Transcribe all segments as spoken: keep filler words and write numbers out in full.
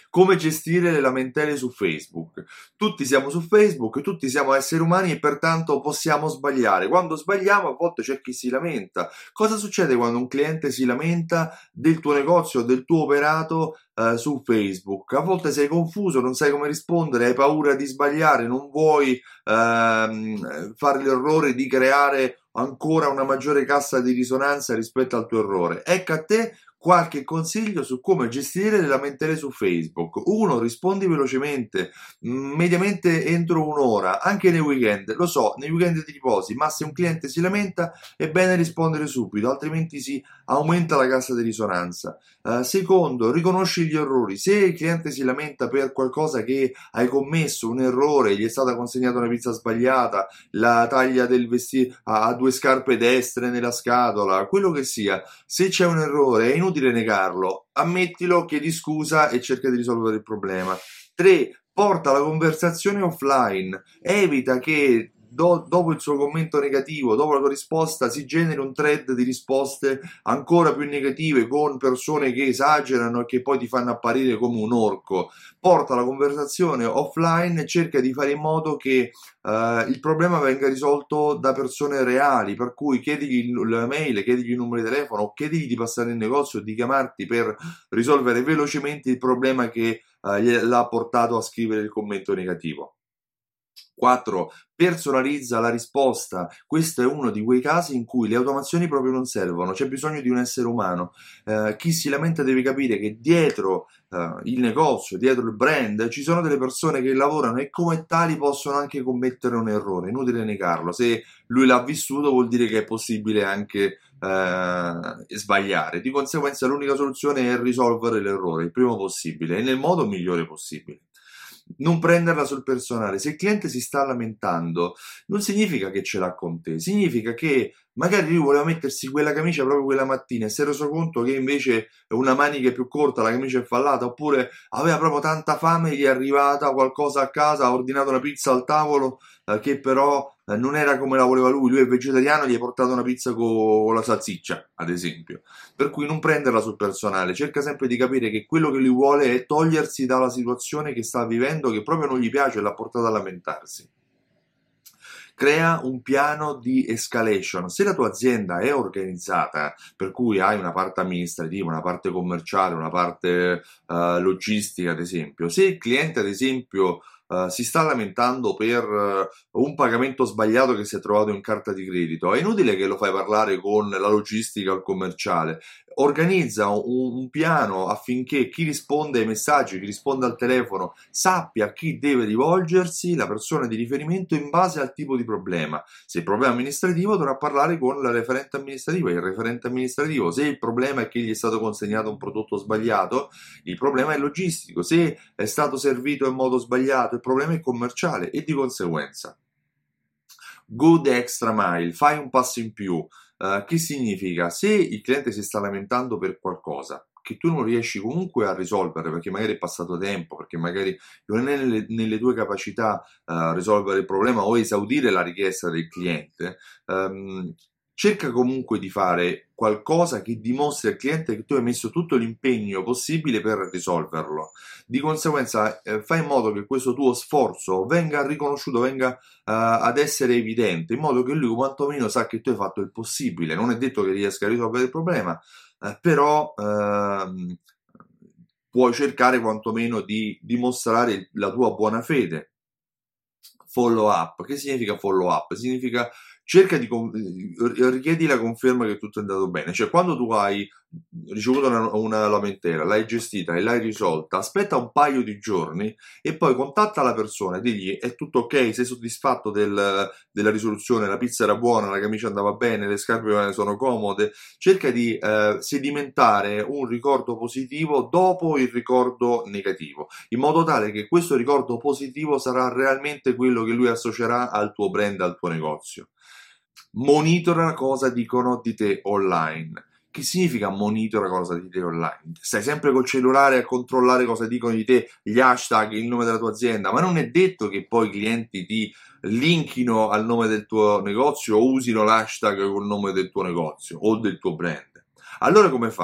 Come gestire le lamentele su Facebook? Tutti siamo su Facebook, tutti siamo esseri umani e pertanto possiamo sbagliare. Quando sbagliamo a volte c'è chi si lamenta. Cosa succede quando un cliente si lamenta del tuo negozio, del tuo operato eh, su Facebook? A volte sei confuso, non sai come rispondere, hai paura di sbagliare, non vuoi ehm, fare l'errore di creare ancora una maggiore cassa di risonanza rispetto al tuo errore. Ecco a te qualche consiglio su come gestire le lamentele su Facebook. Uno, rispondi velocemente, mediamente entro un'ora, anche nei weekend. Lo so, nei weekend ti riposi, ma se un cliente si lamenta è bene rispondere subito, altrimenti si aumenta la cassa di risonanza. Uh, secondo, riconosci gli errori. Se il cliente si lamenta per qualcosa che hai commesso, un errore, gli è stata consegnata una pizza sbagliata, la taglia del vestito ha due scarpe destre nella scatola, quello che sia, se c'è un errore è inutile negarlo, ammettilo, chiedi scusa e cerca di risolvere il problema. tre. Porta la conversazione offline, evita che do, dopo il suo commento negativo, dopo la tua risposta, si generi un thread di risposte ancora più negative con persone che esagerano e che poi ti fanno apparire come un orco. Porta la conversazione offline e cerca di fare in modo che Uh, il problema venga risolto da persone reali, per cui chiedigli la mail, chiedigli il numero di telefono o chiedigli di passare in negozio, di chiamarti per risolvere velocemente il problema che uh, l'ha portato a scrivere il commento negativo. quattro. Personalizza la risposta. Questo è uno di quei casi in cui le automazioni proprio non servono, c'è bisogno di un essere umano. Eh, chi si lamenta deve capire che dietro eh, il negozio, dietro il brand, ci sono delle persone che lavorano e come tali possono anche commettere un errore, inutile negarlo. Se lui l'ha vissuto vuol dire che è possibile anche eh, sbagliare. Di conseguenza l'unica soluzione è risolvere l'errore il prima possibile e nel modo migliore possibile. Non prenderla sul personale. Se il cliente si sta lamentando non significa che ce l'ha con te, significa che magari lui voleva mettersi quella camicia proprio quella mattina e si è reso conto che invece una manica è più corta, la camicia è fallata, oppure aveva proprio tanta fame, gli è arrivata qualcosa a casa, ha ordinato una pizza al tavolo eh, che però eh, non era come la voleva lui, lui è vegetariano, gli hai portato una pizza con la salsiccia, ad esempio. Per cui non prenderla sul personale, cerca sempre di capire che quello che lui vuole è togliersi dalla situazione che sta vivendo, che proprio non gli piace e l'ha portato a lamentarsi. Crea un piano di escalation. Se la tua azienda è organizzata, per cui hai una parte amministrativa, una parte commerciale, una parte uh, logistica, ad esempio, se il cliente, ad esempio, Uh, si sta lamentando per uh, un pagamento sbagliato che si è trovato in carta di credito, è inutile che lo fai parlare con la logistica o il commerciale. Organizza un, un piano affinché chi risponde ai messaggi, chi risponde al telefono, sappia a chi deve rivolgersi, la persona di riferimento, in base al tipo di problema. Se il problema è amministrativo dovrà parlare con la referente amministrativa, il referente amministrativo. Se il problema è che gli è stato consegnato un prodotto sbagliato, il problema è logistico. Se è stato servito in modo sbagliato, il problema è commerciale e di conseguenza go the extra mile, fai un passo in più. Uh, che significa? Se il cliente si sta lamentando per qualcosa che tu non riesci comunque a risolvere perché magari è passato tempo, perché magari non è nelle, nelle tue capacità uh, risolvere il problema o esaudire la richiesta del cliente, um, cerca comunque di fare qualcosa che dimostri al cliente che tu hai messo tutto l'impegno possibile per risolverlo. Di conseguenza eh, fai in modo che questo tuo sforzo venga riconosciuto, venga uh, ad essere evidente, in modo che lui quantomeno sa che tu hai fatto il possibile. Non è detto che riesca a risolvere il problema, eh, però uh, puoi cercare quantomeno di dimostrare la tua buona fede. Follow up. Che significa follow up? Significa cerca di richiedi la conferma che tutto è andato bene, cioè quando tu hai ricevuto una, una lamentela, l'hai gestita e l'hai risolta, aspetta un paio di giorni e poi contatta la persona e digli è tutto ok, sei soddisfatto del, della risoluzione, la pizza era buona, la camicia andava bene, le scarpe sono comode. Cerca di eh, sedimentare un ricordo positivo dopo il ricordo negativo, in modo tale che questo ricordo positivo sarà realmente quello che lui associerà al tuo brand, al tuo negozio. Monitora cosa dicono di te online. Che significa monitora cosa di te online? Stai sempre col cellulare a controllare cosa dicono di te, gli hashtag, il nome della tua azienda, ma non è detto che poi i clienti ti linkino al nome del tuo negozio o usino l'hashtag col nome del tuo negozio o del tuo brand. Allora come fai?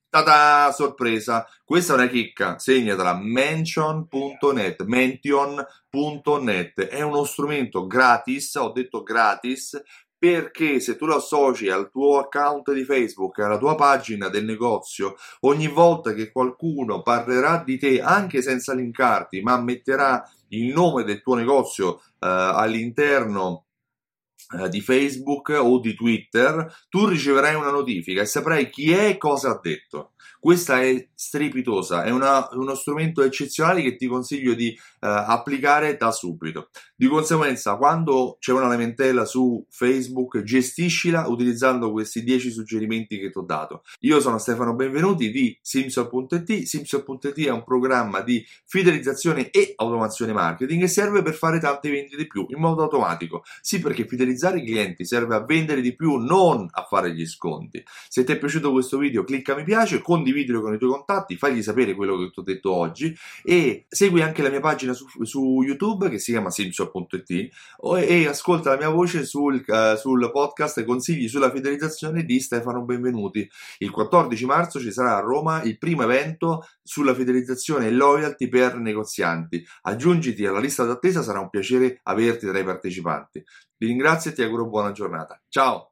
Ta-da! Sorpresa! Questa è una chicca, segnatela, mention punto net, mention punto net, è uno strumento gratis, ho detto gratis, perché se tu lo associ al tuo account di Facebook, alla tua pagina del negozio, ogni volta che qualcuno parlerà di te, anche senza linkarti, ma metterà il nome del tuo negozio eh, all'interno di Facebook o di Twitter, tu riceverai una notifica e saprai chi è e cosa ha detto. Questa è strepitosa, è una, uno strumento eccezionale che ti consiglio di uh, applicare da subito. Di conseguenza, quando c'è una lamentela su Facebook, gestiscila utilizzando questi dieci suggerimenti che ti ho dato. Io sono Stefano Benvenuti di Simsol punto it. Simsol punto it è un programma di fidelizzazione e automazione marketing che serve per fare tante vendite di più in modo automatico. Sì, perché fidelizzare i clienti serve a vendere di più, non a fare gli sconti. Se ti è piaciuto questo video, clicca mi piace, condividilo con i tuoi contatti, fagli sapere quello che ti ho detto oggi e segui anche la mia pagina su, su YouTube che si chiama Simsol punto it e ascolta la mia voce sul, uh, sul podcast Consigli sulla fidelizzazione di Stefano Benvenuti. Il quattordici marzo ci sarà a Roma il primo evento sulla fidelizzazione e loyalty per negozianti. Aggiungiti alla lista d'attesa, sarà un piacere averti tra i partecipanti. Vi ringrazio e ti auguro buona giornata. Ciao!